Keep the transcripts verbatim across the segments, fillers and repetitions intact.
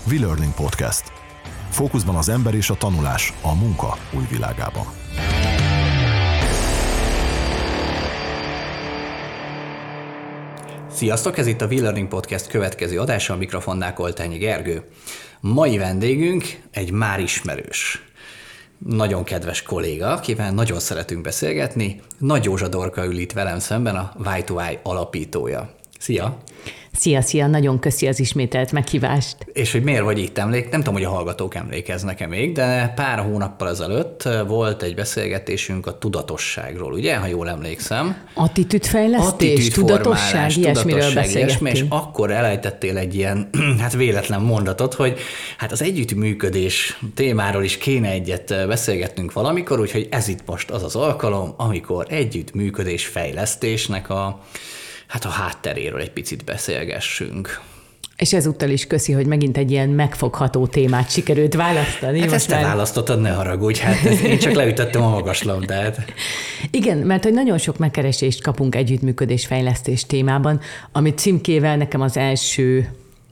WeLearning Podcast. Fókuszban az ember és a tanulás a munka új világában. Sziasztok, ez itt a WeLearning Podcast következő adása, a mikrofonnál Koltányi Gergő. Mai vendégünk egy már ismerős, nagyon kedves kolléga, akivel nagyon szeretünk beszélgetni. Nagy Józsa Dorka ül itt velem szemben, a Y two Y alapítója. Szia! Szia, szia, nagyon köszi az ismételt meghívást. És hogy miért vagy itt emlék, nem tudom, hogy a hallgatók emlékeznek-e még, de pár hónappal ezelőtt volt egy beszélgetésünk a tudatosságról, ugye, ha jól emlékszem. Attitűdfejlesztés, tudatosság, ilyesmiről beszélgettünk. És akkor elejtettél egy ilyen, hát véletlen mondatot, hogy hát az együttműködés témáról is kéne egyet beszélgetnünk valamikor, úgyhogy ez itt most az az alkalom, amikor együttműködés fejlesztésnek a hát a hátteréről egy picit beszélgessünk. És ezúttal is köszi, hogy megint egy ilyen megfogható témát sikerült választani. Hát ezt te már... választottad, ne haragudj, hát én csak leütöttem a magaslabdát. Igen, mert hogy nagyon sok megkeresést kapunk együttműködés-fejlesztés témában, amit címkével nekem az első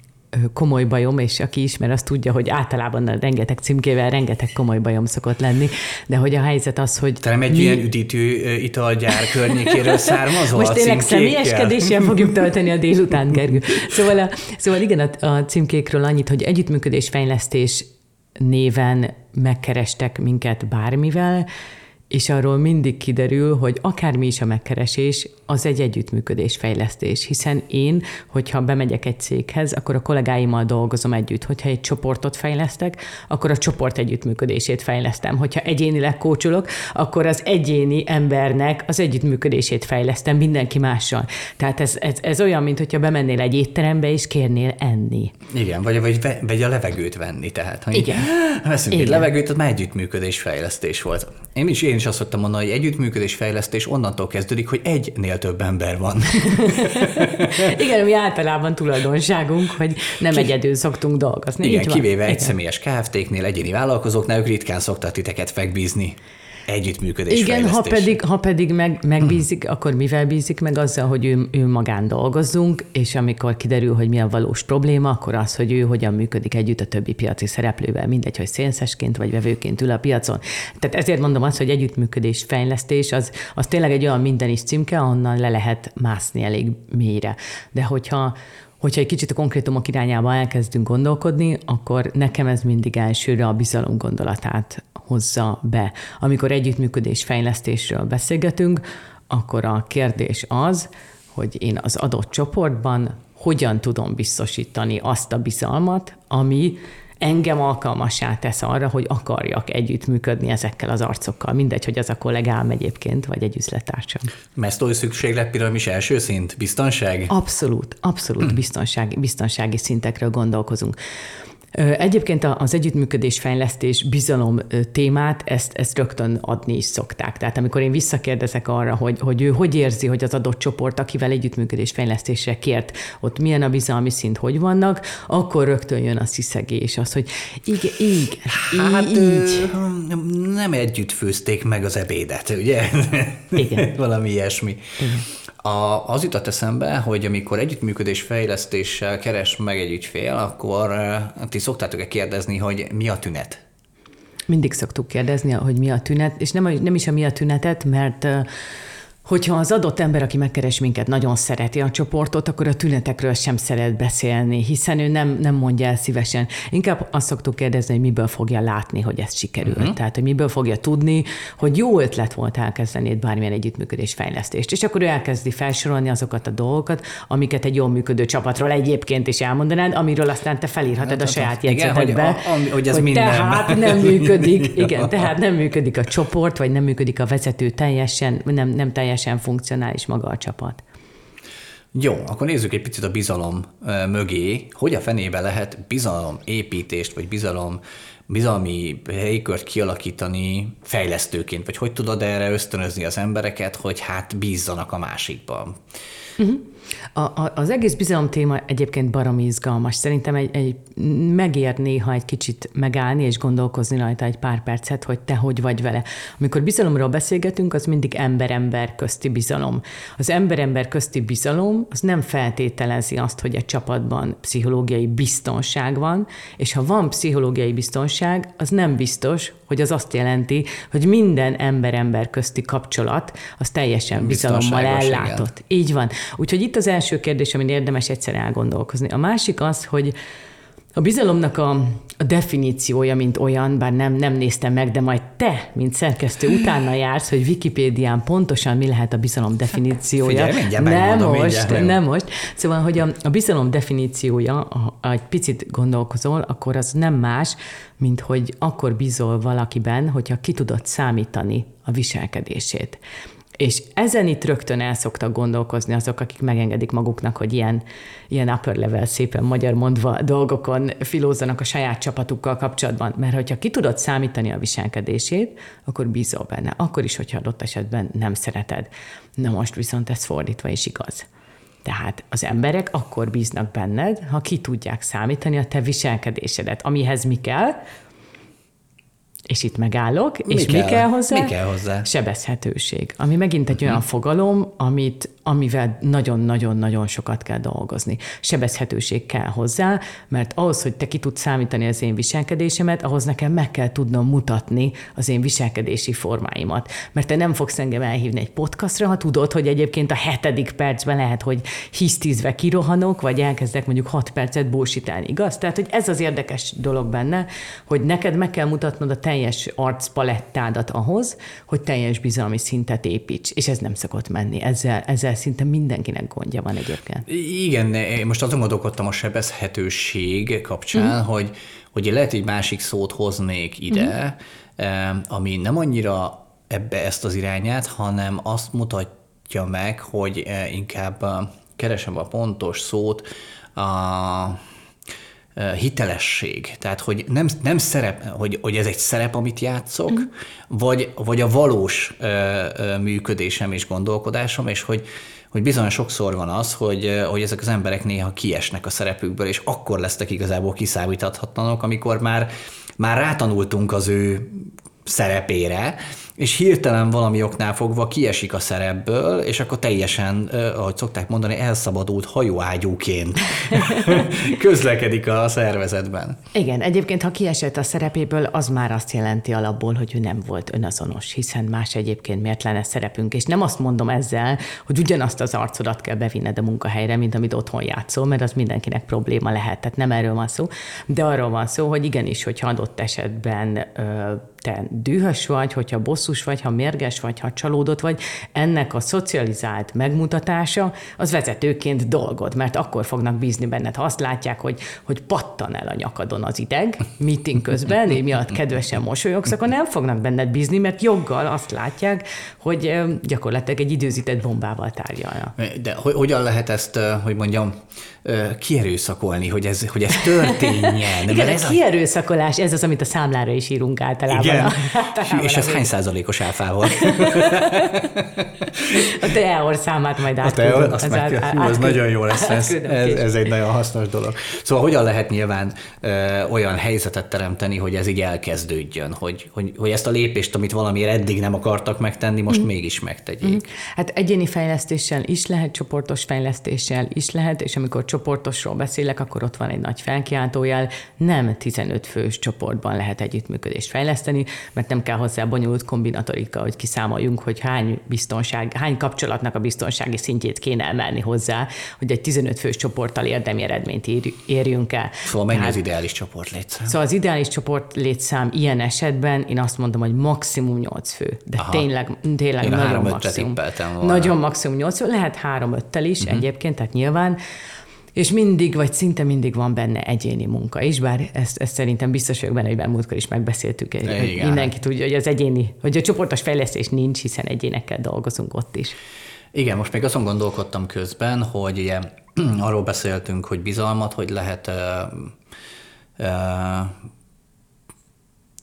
komoly bajom, és aki ismer, azt tudja, hogy általában rengeteg címkével rengeteg komoly bajom szokott lenni, de hogy a helyzet az, hogy... Te nem egy mi... ilyen üdítő italgyár környékéről származol? Most tényleg személyeskedéssel fogjuk tölteni a délután, Gergő. Szóval, a, szóval igen, a, a címkékről annyit, hogy együttműködés-fejlesztés néven megkerestek minket bármivel, és arról mindig kiderül, hogy akármi is a megkeresés, az egy együttműködés-fejlesztés, hiszen én, hogyha bemegyek egy céghez, akkor a kollégáimmal dolgozom együtt. Hogyha egy csoportot fejlesztek, akkor a csoport együttműködését fejlesztem. Hogyha egyénileg kócsolok, akkor az egyéni embernek az együttműködését fejlesztem mindenki mással. Tehát ez, ez, ez olyan, mint hogyha bemennél egy étterembe és kérnél enni. Igen, vagy, vagy, vagy a levegőt venni. Tehát, ha igen. Veszünk egy levegőt, az már együttműködés-fejlesztés volt. Én is, én is azt szoktam mondani, hogy együttműködés-fejlesztés onnantól kezdődik, hogy egynél több ember van. Igen, mi általában tulajdonságunk, hogy nem Ki... egyedül szoktunk dolgozni. Igen, kivéve egy személyes ká ef té-knél, egyéni vállalkozóknál, ők ritkán szoktak titeket megbízni. Együttműködés, igen, fejlesztés. ha pedig, ha pedig meg, megbízik, hmm. akkor mivel bízik meg? Azzal, hogy ő, ő magán dolgozzunk, és amikor kiderül, hogy mi a valós probléma, akkor az, hogy ő hogyan működik együtt a többi piaci szereplővel, mindegy, hogy szélszesként vagy vevőként ül a piacon. Tehát ezért mondom azt, hogy együttműködés, fejlesztés, az, az tényleg egy olyan mindenis címke, ahonnan le lehet mászni elég mélyre. De hogyha Hogyha egy kicsit a konkrétumok irányába elkezdünk gondolkodni, akkor nekem ez mindig elsőre a bizalom gondolatát hozza be. Amikor együttműködés fejlesztésről beszélgetünk, akkor a kérdés az, hogy én az adott csoportban hogyan tudom biztosítani azt a bizalmat, ami engem alkalmassá tesz arra, hogy akarjak együttműködni ezekkel az arcokkal. Mindegy, hogy az a kollégám egyébként, vagy egy üzlettársam. Maslow szükségletpiramis első szint, biztonság? Abszolút, abszolút hmm. biztonsági, biztonsági szintekről gondolkozunk. Egyébként az együttműködés-fejlesztés bizalom témát, ezt, ezt rögtön adni is szokták. Tehát amikor én visszakérdezek arra, hogy, hogy ő hogy érzi, hogy az adott csoport, akivel együttműködés-fejlesztésre kért, ott milyen a bizalmi szint, hogy vannak, akkor rögtön jön a sziszegés, az, hogy igen, igen, hát, így. Nem együtt főzték meg az ebédet, ugye? Igen. Valami ilyesmi. Igen. A, az jutott eszembe, hogy amikor együttműködés-fejlesztéssel keres meg egy ügyfél, akkor ti szoktátok-e kérdezni, hogy mi a tünet? Mindig szoktuk kérdezni, hogy mi a tünet, és nem, nem is a mi a tünetet, mert hogyha az adott ember, aki megkeres minket, nagyon szereti a csoportot, akkor a tünetekről sem szeret beszélni, hiszen ő nem, nem mondja el szívesen. Inkább azt szoktuk kérdezni, hogy miből fogja látni, hogy ez sikerült. Uh-huh. Tehát, hogy miből fogja tudni, hogy jó ötlet volt elkezdeni egy bármilyen együttműködés fejlesztést. És akkor ő elkezdi felsorolni azokat a dolgokat, amiket egy jól működő csapatról egyébként is elmondanád, amiről aztán te felírhatod a saját jegyzetedbe. Hogy, hogy, ez hogy minden. Tehát nem működik, igen, tehát nem működik a csoport, vagy nem működik a vezető teljesen, nem, nem teljesen teljesen funkcionális maga a csapat. Jó, akkor nézzük egy picit a bizalom mögé. Hogy a fenébe lehet bizalomépítést, vagy bizalom bizalmi helykört kialakítani fejlesztőként, vagy hogy tudod erre ösztönözni az embereket, hogy hát bízzanak a másikban? Uh-huh. A, a, az egész bizalom téma egyébként baromi izgalmas. Szerintem egy, egy megér néha egy kicsit megállni és gondolkozni rajta egy pár percet, hogy te hogy vagy vele. Amikor bizalomról beszélgetünk, az mindig ember-ember közti bizalom. Az ember-ember közti bizalom az nem feltételezi azt, hogy egy csapatban pszichológiai biztonság van, és ha van pszichológiai biztonság, az nem biztos, hogy az azt jelenti, hogy minden ember-ember közti kapcsolat az teljesen bizalommal ellátott. Igen. Így van. Úgyhogy itt az első kérdés, amin érdemes egyszer elgondolkozni. A másik az, hogy a bizalomnak a, a definíciója, mint olyan, bár nem, nem néztem meg, de majd te, mint szerkesztő, utána jársz, hogy Wikipédián pontosan mi lehet a bizalom definíciója. Figyelj, mindjárt nem megmondom, most, mindjárt, nem most. Szóval, hogy a, a bizalom definíciója, ha egy picit gondolkozol, akkor az nem más, mint hogy akkor bízol valakiben, hogyha ki tudod számítani a viselkedését. És ezen itt rögtön el szoktak gondolkozni azok, akik megengedik maguknak, hogy ilyen, ilyen upper level, szépen magyar mondva dolgokon filózzanak a saját csapatukkal kapcsolatban. Mert hogyha ki tudod számítani a viselkedését, akkor bízol benne. Akkor is, hogyha adott esetben nem szereted. Na most viszont ez fordítva is igaz. Tehát az emberek akkor bíznak benned, ha ki tudják számítani a te viselkedésedet. Amihez mi kell? És itt megállok, mi és kell? mi kell hozzá? Mi kell hozzá? Sebezhetőség, ami megint egy uh-huh. olyan fogalom, amit, amivel nagyon-nagyon-nagyon sokat kell dolgozni. Sebezhetőség kell hozzá, mert ahhoz, hogy te ki tudsz számítani az én viselkedésemet, ahhoz nekem meg kell tudnom mutatni az én viselkedési formáimat. Mert te nem fogsz engem elhívni egy podcastra, ha tudod, hogy egyébként a hetedik percben lehet, hogy hisztízve kirohanok, vagy elkezdek mondjuk hat percet bullshitálni, igaz? Tehát, hogy ez az érdekes dolog benne, hogy neked meg kell mutatnod a teljes arcpalettádat ahhoz, hogy teljes bizalmi szintet építs. És ez nem szokott menni. Ezzel, ezzel szinte mindenkinek gondja van egyébként. Igen, én most azon gondolkodtam a sebezhetőség kapcsán, mm. hogy, hogy lehet egy másik szót hoznék ide, mm. ami nem annyira ebbe ezt az irányát, hanem azt mutatja meg, hogy inkább keresem a pontos szót, a hitelesség. Tehát, hogy nem, nem szerep, hogy, hogy ez egy szerep, amit játszok, mm. vagy, vagy a valós ö, ö, működésem és gondolkodásom, és hogy, hogy bizony sokszor van az, hogy, hogy ezek az emberek néha kiesnek a szerepükből, és akkor lesznek igazából kiszámíthatatlanok, amikor már, már rátanultunk az ő szerepére, és hirtelen valami oknál fogva kiesik a szerepből, és akkor teljesen, ahogy szokták mondani, elszabadult hajóágyúként közlekedik a szervezetben. Igen, egyébként, ha kiesett a szerepéből, az már azt jelenti alapból, hogy ő nem volt önazonos, hiszen más egyébként miért lenne szerepünk, és nem azt mondom ezzel, hogy ugyanazt az arcodat kell bevinned a munkahelyre, mint amit otthon játszol, mert az mindenkinek probléma lehet, tehát nem erről van szó, de arról van szó, hogy igenis, hogyha adott esetben ö, te dühös vagy, hogyha bosszus vagy, ha mérges vagy, ha csalódott vagy, ennek a szocializált megmutatása az vezetőként dolgod, mert akkor fognak bízni benned, ha azt látják, hogy, hogy pattan el a nyakadon az ideg meeting közben, én miatt kedvesen mosolyogsz, akkor nem fognak benned bízni, mert joggal azt látják, hogy gyakorlatilag egy időzített bombával tárgyalnak. De hogyan lehet ezt, hogy mondjam, kierőszakolni, hogy ez, hogy ez történjen? Igen, ez a kierőszakolás, ez az, amit a számlára is írunk általában. Igen. Általában és ez hány százalékos áfával? A teor számát majd átküldöm. A teor, azt meg kell. Ez nagyon jó lesz. Ez, ez, ez egy nagyon hasznos dolog. Szóval hogyan lehet nyilván ö, olyan helyzetet teremteni, hogy ez így elkezdődjön, hogy, hogy, hogy ezt a lépést, amit valamiért eddig nem akartak megtenni, most mm. mégis megtegyék? Mm. Hát egyéni fejlesztéssel is lehet, csoportos fejlesztéssel is lehet, és amikor csoportosról beszélek, akkor ott van egy nagy felkiáltójel, nem tizenöt fős csoportban lehet együttműködést fejleszteni, mert nem kell hozzá bonyolult kombinatorika, hogy kiszámoljunk, hogy hány biztonság, hány kapcsolatnak a biztonsági szintjét kéne emelni hozzá, hogy egy tizenöt fős csoporttal érdemi eredményt érjünk el. Szóval mennyi az ideális csoport létszám? Szóval az ideális csoport létszám ilyen esetben én azt mondom, hogy maximum nyolc fő. De Aha. tényleg, tényleg nagyon három maximum. Nagyon maximum nyolc fő, lehet három-öttel is uh-huh. egyébként, tehát nyilván. És mindig, vagy szinte mindig van benne egyéni munka is, bár ezt, ezt szerintem biztos vagyok benne, hogy múltkor is megbeszéltük, hogy mindenki tudja, hogy az egyéni, hogy a csoportos fejlesztés nincs, hiszen egyénekkel dolgozunk ott is. Igen, most még azon gondolkodtam közben, hogy ugye, arról beszéltünk, hogy bizalmat, hogy lehet uh, uh,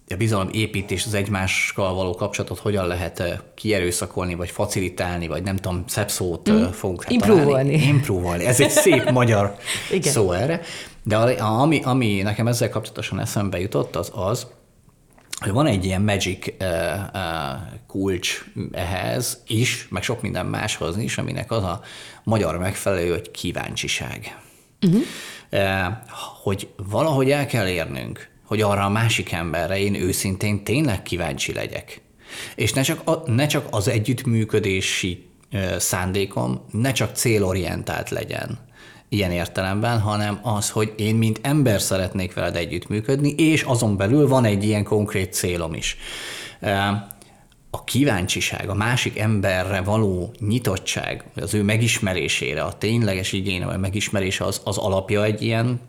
a bizalomépítés, az egymással való kapcsolatot hogyan lehet kierőszakolni, vagy facilitálni, vagy nem tudom, szebb szót mm. fogunk rá Improvolni. Improvolni. Ez egy szép magyar Igen. szó erre. De ami, ami nekem ezzel kapcsolatosan eszembe jutott, az az, hogy van egy ilyen magic uh, uh, kulcs ehhez is, meg sok minden máshoz is, aminek az a magyar megfelelő, hogy kíváncsiság. Uh-huh. Uh, hogy valahogy el kell érnünk, hogy arra a másik emberre én őszintén tényleg kíváncsi legyek. És ne csak, a, ne csak az együttműködési uh, szándékom, ne csak célorientált legyen ilyen értelemben, hanem az, hogy én mint ember szeretnék veled együttműködni, és azon belül van egy ilyen konkrét célom is. A kíváncsiság, a másik emberre való nyitottság, az ő megismerésére, a tényleges igénye, vagy megismerése az, az alapja egy ilyen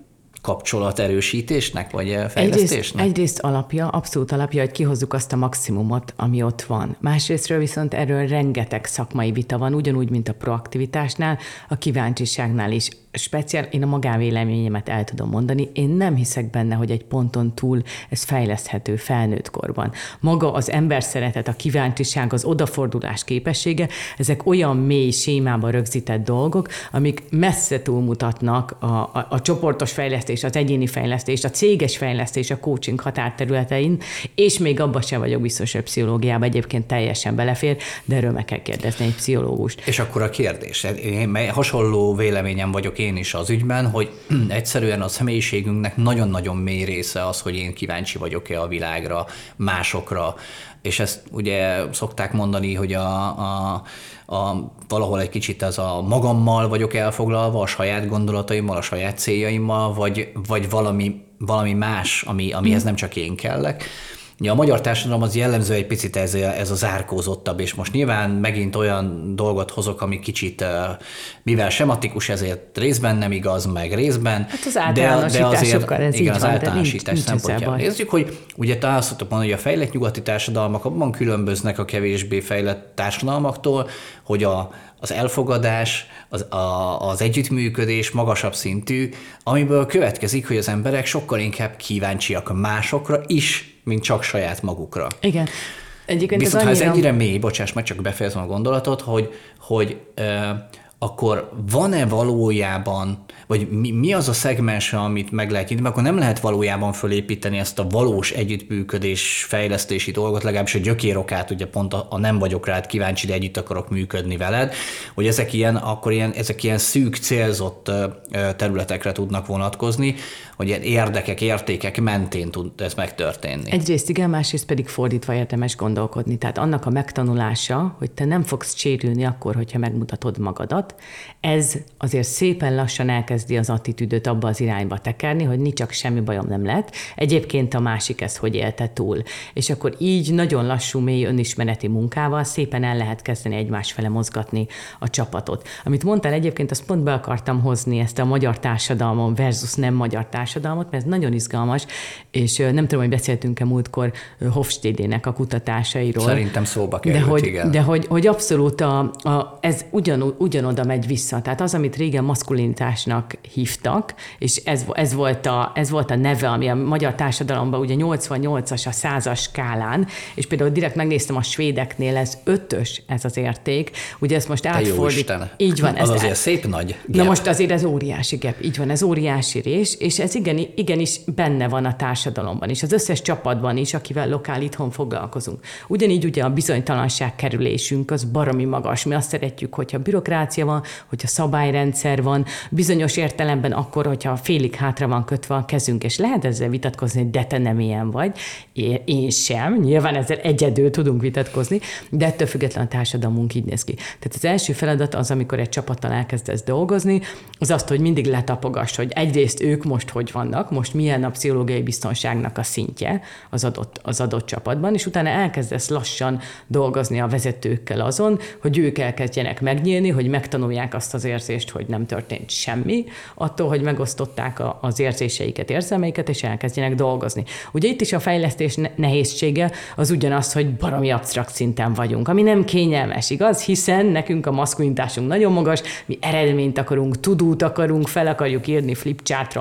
kapcsolaterősítésnek, vagy fejlesztésnek? Egyrészt, egyrészt alapja, abszolút alapja, hogy kihozzuk azt a maximumot, ami ott van. Másrésztről viszont erről rengeteg szakmai vita van, ugyanúgy, mint a proaktivitásnál, a kíváncsiságnál is. Speciál, én a magánvéleményemet el tudom mondani, én nem hiszek benne, hogy egy ponton túl ez fejleszthető felnőtt korban. Maga az emberszeretet, a kíváncsiság, az odafordulás képessége, ezek olyan mély sémában rögzített dolgok, amik messze túlmutatnak a, a, a csoportos fejlesztés, az egyéni fejlesztés, a céges fejlesztés, a coaching határterületein, és még abban sem vagyok biztos, hogy pszichológiában egyébként teljesen belefér, de erről meg kell kérdezni egy pszichológust. És akkor a kérdés, én hasonló véleményem vagyok én is az ügyben, hogy egyszerűen a személyiségünknek nagyon-nagyon mély része az, hogy én kíváncsi vagyok-e a világra, másokra, és ezt ugye szokták mondani, hogy a, a, a, valahol egy kicsit ez a magammal vagyok elfoglalva, a saját gondolataimmal, a saját céljaimmal, vagy, vagy valami, valami más, ami, amihez nem csak én kellek. Ja, a magyar társadalom az jellemző egy picit ez, ez a zárkózottabb, és most nyilván megint olyan dolgot hozok, ami kicsit, mivel sematikus, ezért részben nem igaz, meg részben. Hát az általánosításokkal ez igen, így az van, általánosítás nincs, szempontjából. Nézzük, hogy ugye te azt szoktuk mondani, hogy a fejlett nyugati társadalmak abban különböznek a kevésbé fejlett társadalmaktól, hogy a az elfogadás, az, a, az együttműködés magasabb szintű, amiből következik, hogy az emberek sokkal inkább kíváncsiak másokra is, mint csak saját magukra. Igen. Egyébként Viszont ez ha annyira... ez ennyire mély, bocsáss meg, csak befejezem a gondolatot, hogy, hogy e, akkor van-e valójában, vagy mi, mi az a szegmens, amit meg lehet nyitni, mert akkor nem lehet valójában fölépíteni ezt a valós együttműködés fejlesztési dolgot, legalábbis a gyökérokát, ugye pont a, a nem vagyok rád kíváncsi, de együtt akarok működni veled, hogy ezek ilyen, akkor ilyen, ezek ilyen szűk, célzott területekre tudnak vonatkozni, hogy ilyen érdekek, értékek mentén tud ez megtörténni. Egyrészt igen, másrészt pedig fordítva érdemes gondolkodni. Tehát annak a megtanulása, hogy te nem fogsz sérülni akkor, hogyha megmutatod magadat, ez azért szépen lassan elkezdi az attitűdöt abba az irányba tekerni, hogy nincs csak semmi bajom nem lett. Egyébként a másik ezt hogy élte túl. És akkor így nagyon lassú, mély önismereti munkával szépen el lehet kezdeni egymás fele mozgatni a csapatot. Amit mondtál egyébként, azt pont be akartam hozni ezt a magyar társadalmon versus nem magyar társadalmat, mert ez nagyon izgalmas, és nem tudom, hogy beszéltünk-e múltkor Hofstedének a kutatásairól. Szerintem szóba került, de hogy, igen. De hogy, hogy abszolút a, a, ez ugyan, ugyanoda megy vissza. Tehát az, amit régen maszkulinitásnak hívtak, és ez, ez, volt a, ez volt a neve, ami a magyar társadalomban ugye nyolcvannyolcas a százas skálán, és például direkt megnéztem a svédeknél, ez ötös ez az érték. Ugye ezt most átfordít. Így van. Az azért el... szép nagy gap. Na most azért ez óriási gap. Így van, ez óriási rés, és ez igen, igenis benne van a társadalomban is, az összes csapatban is, akivel lokál itthon foglalkozunk. Ugyanígy ugye a bizonytalanság kerülésünk az baromi magas. Mi azt szeretjük, hogyha bürokrácia van, hogyha szabályrendszer van, bizonyos értelemben akkor, hogyha félig hátra van kötve a kezünk, és lehet ezzel vitatkozni, de te nem ilyen vagy. Én sem, nyilván ezzel egyedül tudunk vitatkozni, de ettől függetlenül a társadalmunk így néz ki. Tehát az első feladat az, amikor egy csapattal elkezdesz dolgozni, az azt, hogy mindig letapogass, hogy egyrészt ők most hogy vannak, most milyen a pszichológiai biztonságnak a szintje az adott, az adott csapatban, és utána elkezdesz lassan dolgozni a vezetőkkel azon, hogy ők elkezdjenek megnyílni, hogy megtanulják azt az érzést, hogy nem történt semmi, attól, hogy megosztották a, az érzéseiket, érzelmeiket, és elkezdjenek dolgozni. Ugye itt is a fejlesztés nehézsége az ugyanaz, hogy baromi absztrakt szinten vagyunk, ami nem kényelmes, igaz? Hiszen nekünk a maszkulinitásunk nagyon magas, mi eredményt akarunk, tudót akarunk, fel akarjuk írni flipchartra azt, hogy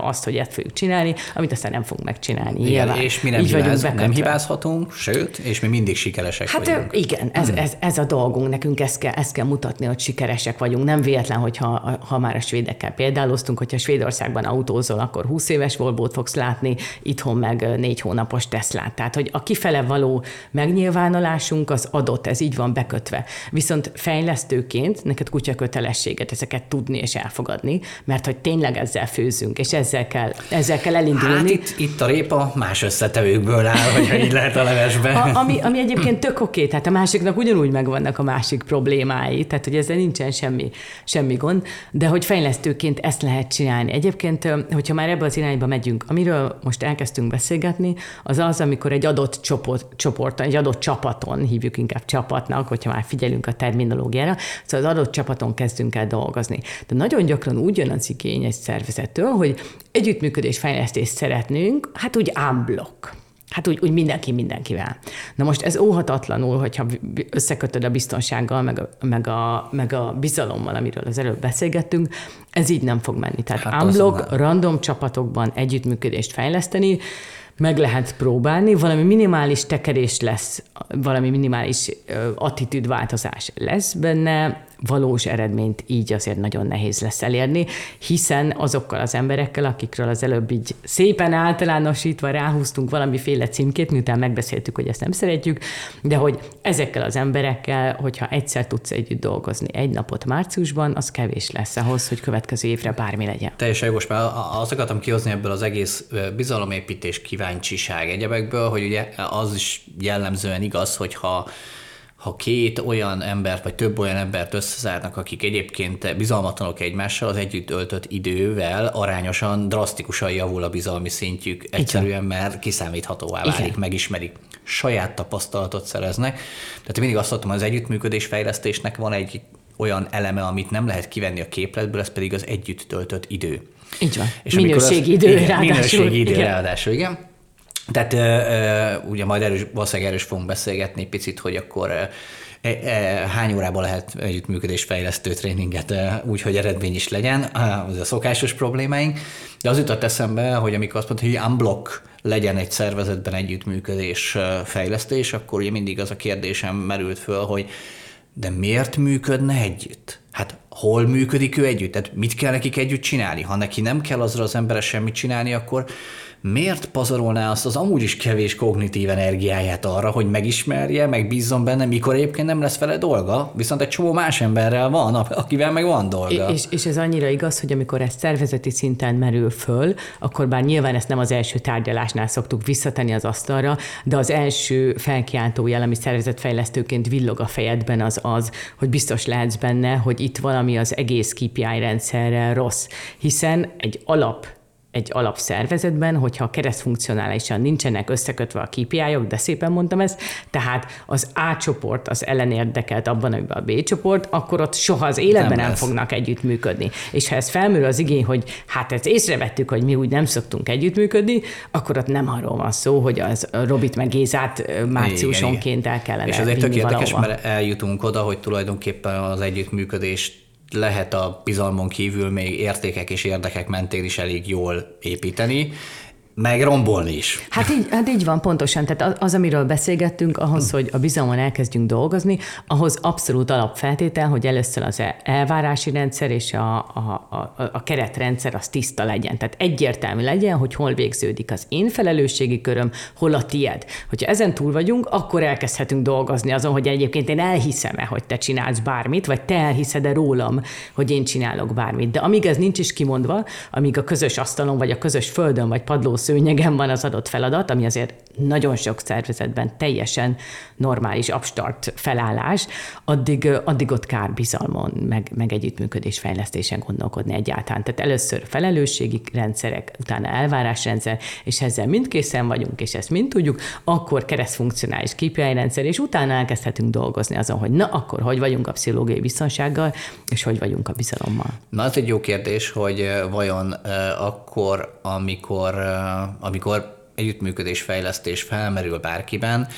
mindent fogjuk csinálni, amit aztán nem fogunk megcsinálni. Igen, nyilván. és mi nem, hibáz, nem hibázhatunk, sőt, és mi mindig sikeresek hát vagyunk. Igen, ez, ez, ez a dolgunk, nekünk ezt kell, ezt kell mutatni, hogy sikeresek vagyunk. Nem véletlen, hogyha ha már a svédekkel példáloztunk, hogyha Svédországban autózol, akkor húsz éves Volvót fogsz látni, itthon meg négy hónapos Teslát. Tehát, hogy a kifele való megnyilvánulásunk az adott, ez így van bekötve. Viszont fejlesztőként neked kutya kötelességet ezeket tudni és elfogadni, mert hogy tényleg ezzel főzünk, és ezzel kell, ezzel kell elindulni. Hát itt, itt a répa más összetevőkből áll, hogyha így lehet a levesbe. A, ami, ami egyébként tök oké, tehát a másiknak ugyanúgy megvannak a másik problémái, tehát hogy ezzel nincsen semmi, semmi gond, de hogy fejlesztőként ezt lehet csinálni. Egyébként, hogyha már ebbe az irányba megyünk, amiről most elkezdtünk beszélgetni, az az, amikor egy adott csoport, csoporton, egy adott csapaton, hívjuk inkább csapatnak, hogyha már figyelünk a terminológiára, szóval az adott csapaton kezdünk el dolgozni. De nagyon gyakran úgy jön az igény egy szervezettől, hogy együttműködésfejlesztést szeretnénk, hát úgy unblock. Hát úgy, úgy mindenki mindenkivel. Na most ez óhatatlanul, hogyha összekötöd a biztonsággal, meg a, meg a, meg a bizalommal, amiről az előbb beszélgettünk, ez így nem fog menni. Tehát hát unblock, random csapatokban együttműködést fejleszteni, meg lehet próbálni, valami minimális tekerés lesz, valami minimális attitűdváltozás lesz benne, valós eredményt így azért nagyon nehéz lesz elérni, hiszen azokkal az emberekkel, akikről az előbb így szépen általánosítva ráhúztunk valamiféle címkét, miután megbeszéltük, hogy ezt nem szeretjük, de hogy ezekkel az emberekkel, hogyha egyszer tudsz együtt dolgozni egy napot márciusban, az kevés lesz ahhoz, hogy következő évre bármi legyen. Teljesen jogos, mert azt akartam kihozni ebből az egész bizalomépítés kíváncsiság egyebekből, hogy ugye az is jellemzően igaz, hogyha ha két olyan embert, vagy több olyan embert összezárnak, akik egyébként bizalmatlanok egymással, az együtt öltött idővel arányosan, drasztikusan javul a bizalmi szintjük, egyszerűen, mert kiszámíthatóvá válik, igen, megismerik, saját tapasztalatot szereznek. Tehát mindig azt mondtam, hogy az együttműködés fejlesztésnek van egy olyan eleme, amit nem lehet kivenni a képletből, ez pedig az együtt töltött idő. Így van. És minőségi idő, igen, ráadásul. Minőségi idő, igen. ráadásul, igen. Tehát uh, ugye majd erős, valószínűleg erős fogunk beszélgetni picit, hogy akkor uh, uh, hány órában lehet együttműködésfejlesztő tréninget uh, úgy, hogy eredmény is legyen, uh, az a szokásos problémáink, de az jutott eszembe, hogy amikor azt mondta, hogy unblock legyen egy szervezetben együttműködés uh, fejlesztés, akkor ugye mindig az a kérdésem merült föl, hogy de miért működne együtt? Hát hol működik ő együtt? Tehát mit kell nekik együtt csinálni? Ha neki nem kell azra az emberre semmit csinálni, akkor miért pazarolná azt az amúgy is kevés kognitív energiáját arra, hogy megismerje, megbízzon benne, mikor egyébként nem lesz vele dolga, viszont egy csomó más emberrel van, akivel meg van dolga. És, és ez annyira igaz, hogy amikor ez szervezeti szinten merül föl, akkor bár nyilván ezt nem az első tárgyalásnál szoktuk visszatenni az asztalra, de az első felkiáltó jel, ami szervezetfejlesztőként villog a fejedben, az az, hogy biztos lehetsz benne, hogy itt valami az egész ká pé i rendszerrel rossz, hiszen egy alap egy alapszervezetben, hogyha keresztfunkcionálisan nincsenek összekötve a ká pé i-ok, de szépen mondtam ezt, tehát az A csoport az ellenérdekelt abban, amiben a B csoport, akkor ott soha az életben nem, nem fognak együttműködni. És ha ez felmerül az igény, hogy hát ezt észrevettük, hogy mi úgy nem szoktunk együttműködni, akkor ott nem arról van szó, hogy az Robit meg Gézát márciusonként el kellene és azért tök érdekes, valahova. Mert eljutunk oda, hogy tulajdonképpen az együttműködést lehet a bizalmon kívül még értékek és érdekek mentén is elég jól építeni, meg rombolni is. Hát így, hát így van, pontosan. Tehát az, amiről beszélgettünk, ahhoz, hogy a bizalmon elkezdjünk dolgozni, ahhoz abszolút alapfeltétel, hogy először az elvárási rendszer és a, a, a, a keretrendszer az tiszta legyen. Tehát egyértelmű legyen, hogy hol végződik az én felelősségi köröm, hol a tied. Hogyha ezen túl vagyunk, akkor elkezdhetünk dolgozni azon, hogy egyébként én elhiszem-e, hogy te csinálsz bármit, vagy te elhiszed-e rólam, hogy én csinálok bármit. De amíg ez nincs is kimondva, amíg a közös asztalon, vagy a közös földön, vagy padló szőnyegen van az adott feladat, ami azért nagyon sok szervezetben teljesen normális, abstart felállás, addig, addig ott kár bizalmon, meg, meg együttműködés fejlesztésen gondolkodni egyáltalán. Tehát először felelősségi rendszerek, utána elvárásrendszer, és ezzel mindkészen vagyunk, és ezt mind tudjuk, akkor keresztfunkcionális ká pé i rendszer, és utána elkezdhetünk dolgozni azon, hogy na, akkor hogy vagyunk a pszichológiai biztonsággal, és hogy vagyunk a bizalommal. Na, ez egy jó kérdés, hogy vajon akkor, amikor, amikor együttműködés fejlesztés felmerül bárkiben,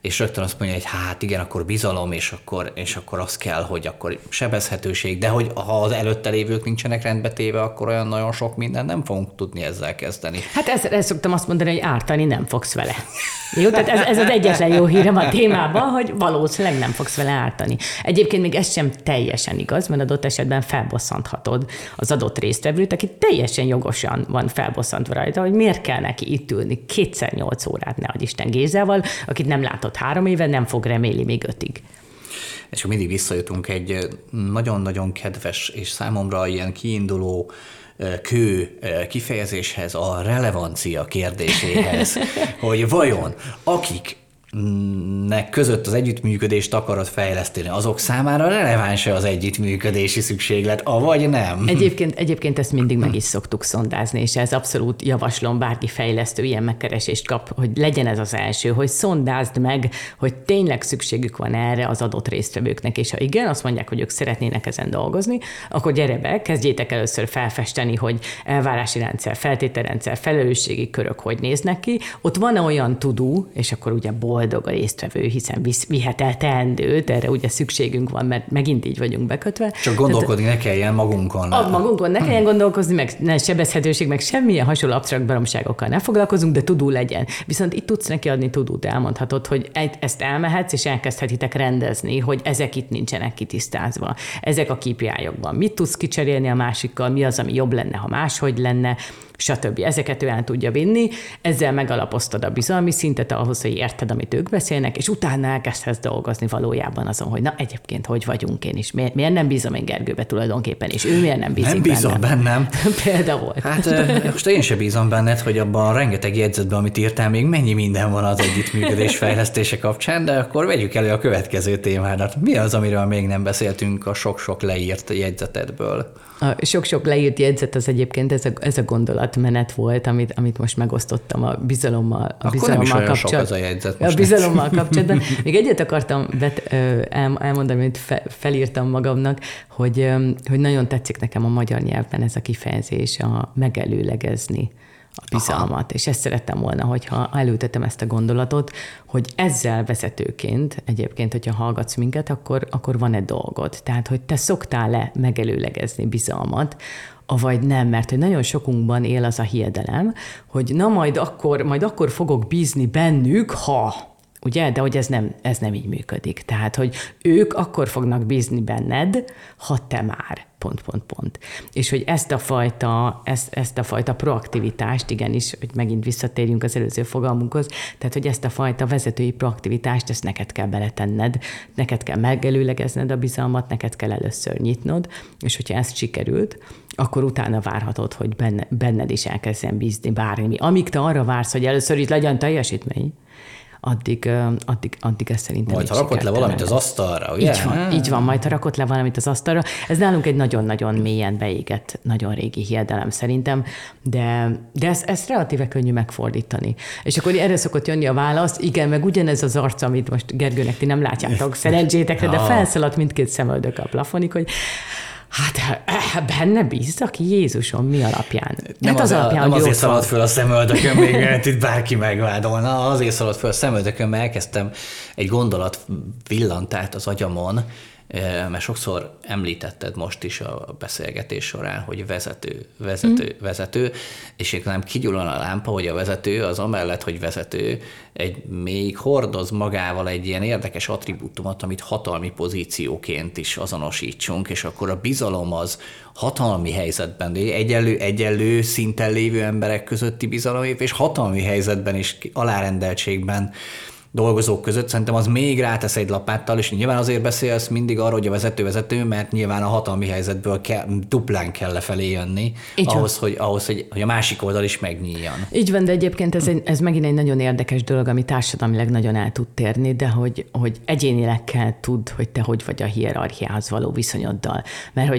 és rögtön azt mondja, hogy hát igen, akkor bizalom, és akkor, és akkor az kell, hogy akkor sebezhetőség, de hogy ha az előtte lévők nincsenek rendbe téve, akkor olyan nagyon sok minden nem fogunk tudni ezzel kezdeni. Hát ezt, ezt szoktam azt mondani, hogy ártani nem fogsz vele. Jó, tehát ez, ez az egyetlen jó hírem a témában, hogy valószínűleg nem fogsz vele ártani. Egyébként még ez sem teljesen igaz, mert adott esetben felbosszanthatod az adott résztvevőt, aki teljesen jogosan van felbosszantva rajta, hogy miért kell neki itt ülni kétszer nyolc órát, nehogy Isten Gézával, akit nem látott három éve, nem fog reméli még ötig. És akkor mindig visszajutunk egy nagyon-nagyon kedves és számomra ilyen kiinduló kő kifejezéshez, a relevancia kérdéséhez, hogy vajon akiknek között az együttműködést akarod fejleszteni, azok számára releváns-e az együttműködési szükséglet, avagy nem? Egyébként, egyébként ezt mindig meg is szoktuk szondázni, és ez abszolút javaslom, bárki fejlesztő ilyen megkeresést kap, hogy legyen ez az első, hogy szondázd meg, hogy tényleg szükségük van erre az adott résztvevőknek, és ha igen, azt mondják, hogy ők szeretnének ezen dolgozni, akkor gyere be, kezdjétek először felfesteni, hogy elvárási rendszer, feltételrendszer, felelősségi körök hogy néznek ki. Ott van olyan tudó, és akkor ugye boldog a résztvevő, hiszen visz, vihet el teendőt, erre ugye szükségünk van, mert megint így vagyunk bekötve. Csak gondolkodni Tehát, ne kelljen magunkon. A magunkon ne kelljen gondolkozni, meg ne sebezhetőség, meg semmilyen hasonló absztrakt baromságokkal ne foglalkozunk, de tudó legyen. Viszont itt tudsz neki adni tudót, elmondhatod, hogy ezt elmehetsz, és elkezdhetitek rendezni, hogy ezek itt nincsenek kitisztázva. Ezek a ká pé í-okban. Mit tudsz kicserélni a másikkal, mi az, ami jobb lenne, ha máshogy lenne, stb. Ezeket ő el tudja vinni, ezzel megalapoztad a bizalmi szintet ahhoz, hogy érted, amit ők beszélnek, és utána elkezdhetsz dolgozni valójában azon, hogy na egyébként hogy vagyunk én is, miért, miért nem bízom én Gergőbe tulajdonképpen, és ő miért nem bízik Nem bízom bennem. bennem. Példa volt. Hát most én sem bízom benned, hogy abban a rengeteg jegyzetben, amit írtál, még mennyi minden van az együttműködés fejlesztése kapcsán, de akkor vegyük elő a következő témádat. Mi az, amiről még nem beszéltünk a sok-sok leírt jegyzetedből? A sok-sok leírt jegyzet az egyébként ez a, ez a gondolatmenet volt, amit, amit most megosztottam a bizalommal, a bizalommal kapcsolatban. A, a bizalommal kapcsolatban. Még egyet akartam vet, el, elmondani, amit fe, felírtam magamnak, hogy, hogy nagyon tetszik nekem a magyar nyelvben ez a kifejezés, a megelőlegezni a bizalmat. Aha. És ezt szerettem volna, hogyha elültetem ezt a gondolatot, hogy ezzel vezetőként, egyébként, hogyha hallgatsz minket, akkor, akkor van egy dolgod. Tehát, hogy te szoktál-e megelőlegezni bizalmat, avagy nem, mert hogy nagyon sokunkban él az a hiedelem, hogy na majd akkor, majd akkor fogok bízni bennük, ha... Ugye? De hogy ez nem, ez nem így működik. Tehát, hogy ők akkor fognak bízni benned, ha te már, pont, pont, pont. És hogy ezt a fajta, ezt, ezt a fajta proaktivitást, igenis, hogy megint visszatérjünk az előző fogalmunkhoz, tehát, hogy ezt a fajta vezetői proaktivitást, ezt neked kell beletenned, neked kell megelőlegezned a bizalmat, neked kell először nyitnod, és hogyha ez sikerült, akkor utána várhatod, hogy benne, benned is elkezdjen bízni bármi. Amíg te arra vársz, hogy először itt legyen teljesítmény, addig, addig, addig ezt szerintem majd ha rakott le valamit az asztalra, ugye? Így van, így van, majd ha rakott le valamit az asztalra. Ez nálunk egy nagyon-nagyon mélyen beégett, nagyon régi hiedelem szerintem, de, de ezt, ezt relatíve könnyű megfordítani. És akkor erre szokott jönni a válasz, igen, meg ugyanez az arc, amit most Gergőnek ti nem látjátok szerencsétekre, de felszaladt mindkét szemöldök a plafonig, hogy hát benne bízzak, Jézusom, mi alapján? Nem, hát az, az alapján, nem azért szaladt föl a szemöldökön, még itt bárki megvádolna, azért szaladt föl a szemöldökön, mert elkezdtem egy gondolat villant át az agyamon, mert sokszor említetted most is a beszélgetés során, hogy vezető, vezető, mm. vezető, és én nem kigyullan a lámpa, hogy a vezető az amellett, hogy vezető, egy még hordoz magával egy ilyen érdekes attribútumot, amit hatalmi pozícióként is azonosítsunk, és akkor a bizalom az hatalmi helyzetben, egyenlő, egyenlő szinten lévő emberek közötti bizalom, és hatalmi helyzetben is alárendeltségben dolgozók között, szerintem az még rátesz egy lapáttal, és nyilván azért beszélsz mindig arról, hogy a vezető-vezető, mert nyilván a hatalmi helyzetből kell, duplán kell lefelé jönni, ahhoz, hogy, ahhoz hogy, hogy a másik oldal is megnyíljon. Így van, de egyébként ez, egy, ez megint egy nagyon érdekes dolog, ami társadalmilag nagyon el tud térni, de hogy, hogy egyénileg kell tudd, hogy te hogy vagy a hierarchiához való viszonyoddal. Mert hogy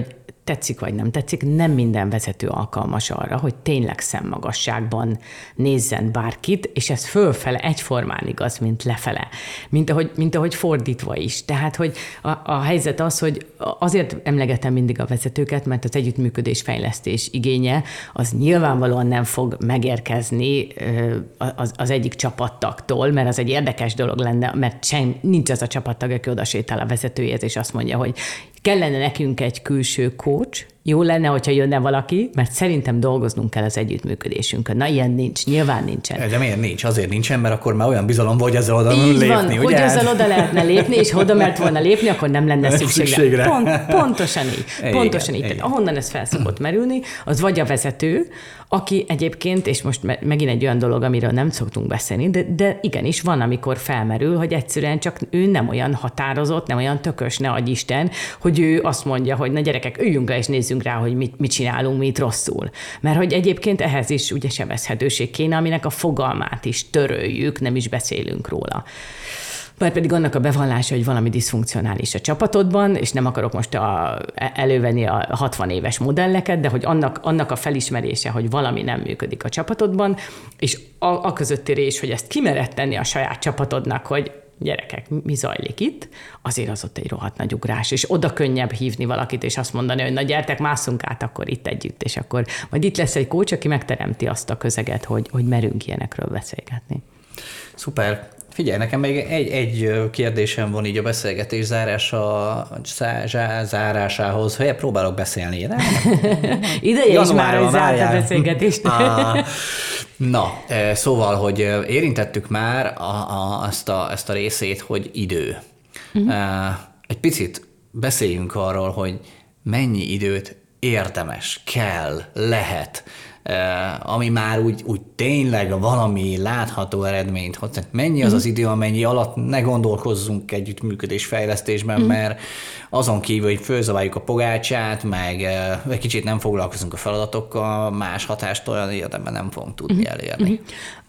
tetszik vagy nem tetszik, nem minden vezető alkalmas arra, hogy tényleg szemmagasságban nézzen bárkit, és ez fölfele egyformán igaz, mint lefele. Mint ahogy, mint ahogy fordítva is. Tehát, hogy a, a helyzet az, hogy azért emlegetem mindig a vezetőket, mert az együttműködés fejlesztés igénye, az nyilvánvalóan nem fog megérkezni az, az egyik csapattagtól, mert az egy érdekes dolog lenne, mert sem, nincs az a csapattag, aki oda sétál a vezetőjéhez, és azt mondja, hogy kellene nekünk egy külső coach, jó lenne, hogyha jönne valaki, mert szerintem dolgoznunk kell az együttműködésünkön. Na, ilyen nincs, nyilván nincsen. De miért nincs? Azért nincsen, mert akkor már olyan bizalom vagy ezzel oda így lépni, van, ugye? Hogy ezzel oda lehetne lépni, és ha oda mert volna lépni, akkor nem lenne szükségre. szükségre. Pont, pontosan így. Igen, pontosan így. Tehát ahonnan ez fel szokott merülni, az vagy a vezető, aki egyébként, és most megint egy olyan dolog, amiről nem szoktunk beszélni, de, de igenis van, amikor felmerül, hogy egyszerűen csak ő nem olyan határozott, nem olyan tökös, ne adj Isten, hogy ő azt mondja, hogy na gyerekek, üljünk le és nézzünk rá, hogy mit, mit csinálunk, mit rosszul. Mert hogy egyébként ehhez is ugye sebezhetőség kéne, aminek a fogalmát is töröljük, nem is beszélünk róla. Vagy pedig annak a bevallása, hogy valami diszfunkcionális a csapatodban, és nem akarok most a, elővenni a hatvan éves modelleket, de hogy annak, annak a felismerése, hogy valami nem működik a csapatodban, és a, a közötti rés, hogy ezt kimered tenni a saját csapatodnak, hogy gyerekek, mi zajlik itt, azért az ott egy rohadt nagy ugrás, és oda könnyebb hívni valakit, és azt mondani, hogy na gyertek, másszunk át akkor itt együtt, és akkor majd itt lesz egy coach, aki megteremti azt a közeget, hogy, hogy merünk ilyenekről beszélgetni. Szuper. Figyelj, nekem még egy, egy kérdésem van így a beszélgetés zárása, zárásához, hogy próbálok beszélni. Ideje is már, hogy zárt a beszélgetést. Ah, na, szóval, hogy érintettük már a, a, ezt, a, ezt a részét, hogy idő. Uh-huh. Egy picit beszéljünk arról, hogy mennyi időt érdemes, kell, lehet, ami már úgy, úgy tényleg valami látható eredményt hoz. Tehát mennyi az az idő, amennyi alatt ne gondolkozzunk együttműködés fejlesztésben, mm. mert azon kívül, hogy fölzabáljuk a pogácsát, meg egy kicsit nem foglalkozunk a feladatokkal, más hatást olyan érdemben nem fogunk tudni mm. elérni. Mm.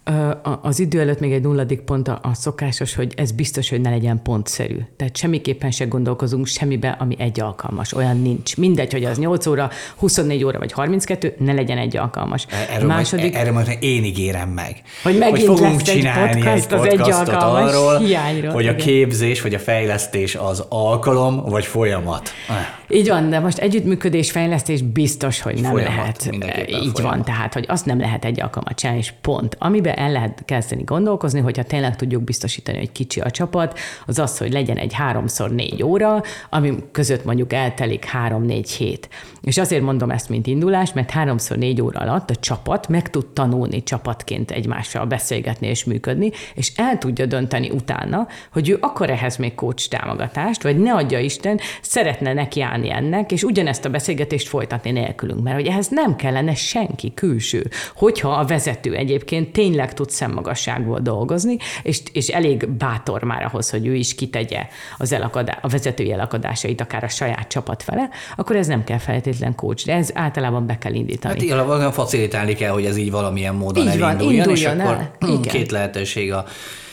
Az idő előtt még egy nulladik pont a szokásos, hogy ez biztos, hogy ne legyen pontszerű. Tehát semmiképpen se gondolkozunk semmibe, ami egy alkalmas. Olyan nincs. Mindegy, hogy az nyolc óra, huszonnégy óra vagy harminckettő, ne legyen egy alkalmas. Erről, Második, majd, erről majd én ígérem meg. Hogy megint hogy fogunk lesz csinálni egy podcast, egy az egy alkalmas arról, hiányról. Hogy igen. A képzés vagy a fejlesztés az alkalom vagy folyamat. Így van, de most együttműködés, fejlesztés biztos, hogy nem folyamat, lehet. Így folyamat. Van, tehát, hogy azt nem lehet egy alkalmat csinálni, és pont. Amiben el lehet kezdeni gondolkozni, hogyha tényleg tudjuk biztosítani, hogy kicsi a csapat, az az, hogy legyen egy háromszor négy óra, ami között mondjuk eltelik három-négy hét. És azért mondom ezt, mint indulás, mert háromszor négy óra alatt a csapat meg tud tanulni csapatként egymással beszélgetni és működni, és el tudja dönteni utána, hogy ő akar ehhez még coach támogatást, vagy ne adja Isten, szeretne nekiállni ennek, és ugyanezt a beszélgetést folytatni nélkülünk, mert hogy ehhez nem kellene senki külső, hogyha a vezető egyébként tényleg tud szemmagasságból dolgozni, és, és elég bátor már ahhoz, hogy ő is kitegye az elakadá, a vezetői elakadásait akár a saját csapat fele, akkor ez nem kell feltétlen coach, de ez általában be kell indítani. Hát olyan facilitálni kell, hogy ez így valamilyen módon így elinduljon, van, és akkor el. Két lehetőség a,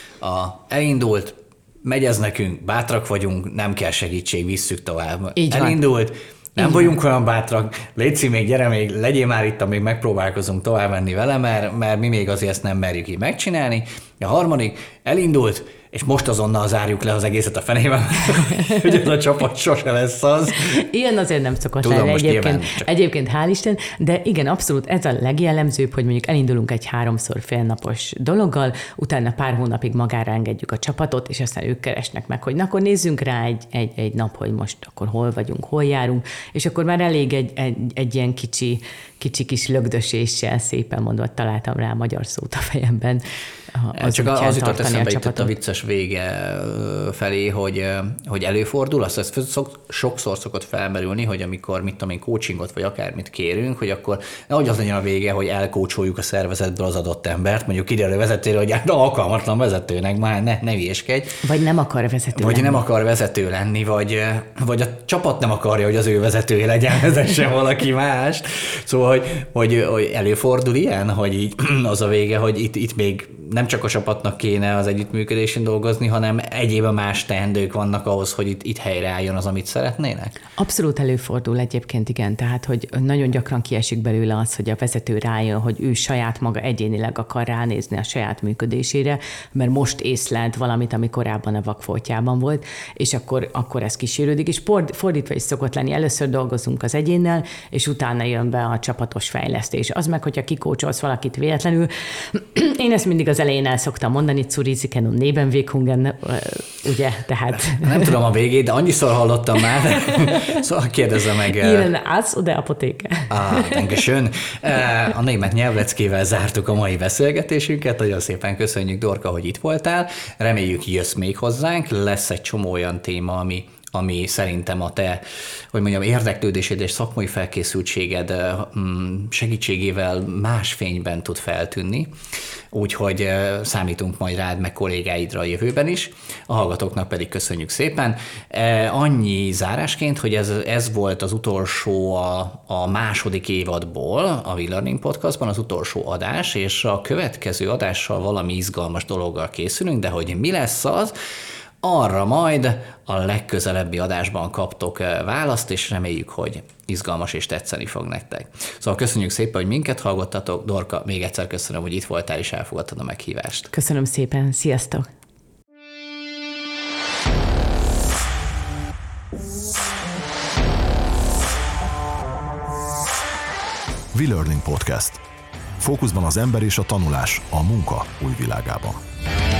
a elindult, megy ez nekünk, bátrak vagyunk, nem kell segítség, visszük tovább. Így elindult, van. Nem igen. vagyunk olyan bátrak, légy még, gyere még, legyél már itt, amíg megpróbálkozunk tovább menni vele, mert, mert mi még azért ezt nem merjük így megcsinálni. A harmadik, elindult, és most azonnal zárjuk le az egészet a fenében, hogy ez a csapat sose lesz az. Ilyen azért nem szokott lenni egyébként, egyébként, hál' Isten, de igen, abszolút ez a legjellemzőbb, hogy mondjuk elindulunk egy háromszor félnapos dologgal, utána pár hónapig magára engedjük a csapatot, és aztán ők keresnek meg, hogy na, akkor nézzünk rá egy, egy, egy nap, hogy most akkor hol vagyunk, hol járunk, és akkor már elég egy, egy, egy ilyen kicsi, kicsi kis lögdöséssel, szépen mondva találtam rá a magyar szót a fejemben. Az Csak az jutott eszembe itt a vicces vége felé, hogy, hogy előfordul, azt ez sokszor szokott felmerülni, hogy amikor mit tudom én, coachingot vagy akármit kérünk, hogy akkor nehogy az legyen a vége, hogy elkócsoljuk a szervezetből az adott embert, mondjuk kiderül vezetőre, hogy hát alkalmatlan vezetőnek, már ne, ne hülyéskedj. Vagy nem akar vezető Vagy lenni. nem akar vezető lenni, vagy, vagy a csapat nem akarja, hogy az ő vezetője legyen, vezessen valaki mást. Szóval, hogy, hogy, hogy előfordul ilyen, hogy így az a vége, hogy itt, itt még nem csak a csapatnak kéne az együttműködésén dolgozni, hanem egyéb más teendők vannak ahhoz, hogy itt, itt helyreálljon az, amit szeretnének? Abszolút előfordul egyébként, igen. Tehát, hogy nagyon gyakran kiesik belőle az, hogy a vezető rájön, hogy ő saját maga egyénileg akar ránézni a saját működésére, mert most észlelt valamit, ami korábban a vakfoltjában volt, és akkor, akkor ez kísérődik, és fordítva is szokott lenni. Először dolgozunk az egyénnel, és utána jön be a csapatos fejlesztés. Az meg, hogyha kikócsolsz valakit véletlenül, én ezt mindig az elején el szoktam mondani, Zurisiken und Nebenwirkungen, ugye, tehát... Nem tudom a végét, de annyiszor hallottam már, szóval kérdezze meg... Ihnen Arzt oder Apotheke? Ah, dankeschön. A német nyelvleckével zártuk a mai beszélgetésünket, nagyon szépen köszönjük, Dorka, hogy itt voltál, reméljük jössz még hozzánk, lesz egy csomó olyan téma, ami ami szerintem a te, hogy mondjam, érdeklődésed és szakmai felkészültséged segítségével más fényben tud feltűnni. Úgyhogy számítunk majd rád, meg kollégáidra a jövőben is. A hallgatóknak pedig köszönjük szépen. Annyi zárásként, hogy ez, ez volt az utolsó a, a második évadból a We Learning Podcastban, az utolsó adás, és a következő adással valami izgalmas dologgal készülünk, de hogy mi lesz az, arra majd a legközelebbi adásban kaptok választ, és reméljük, hogy izgalmas és tetszeni fog nektek. Szóval köszönjük szépen, hogy minket hallgattatok. Dorka, még egyszer köszönöm, hogy itt voltál és elfogadtad a meghívást. Köszönöm szépen, sziasztok! We Learning Podcast. Fókuszban az ember és a tanulás a munka új világában.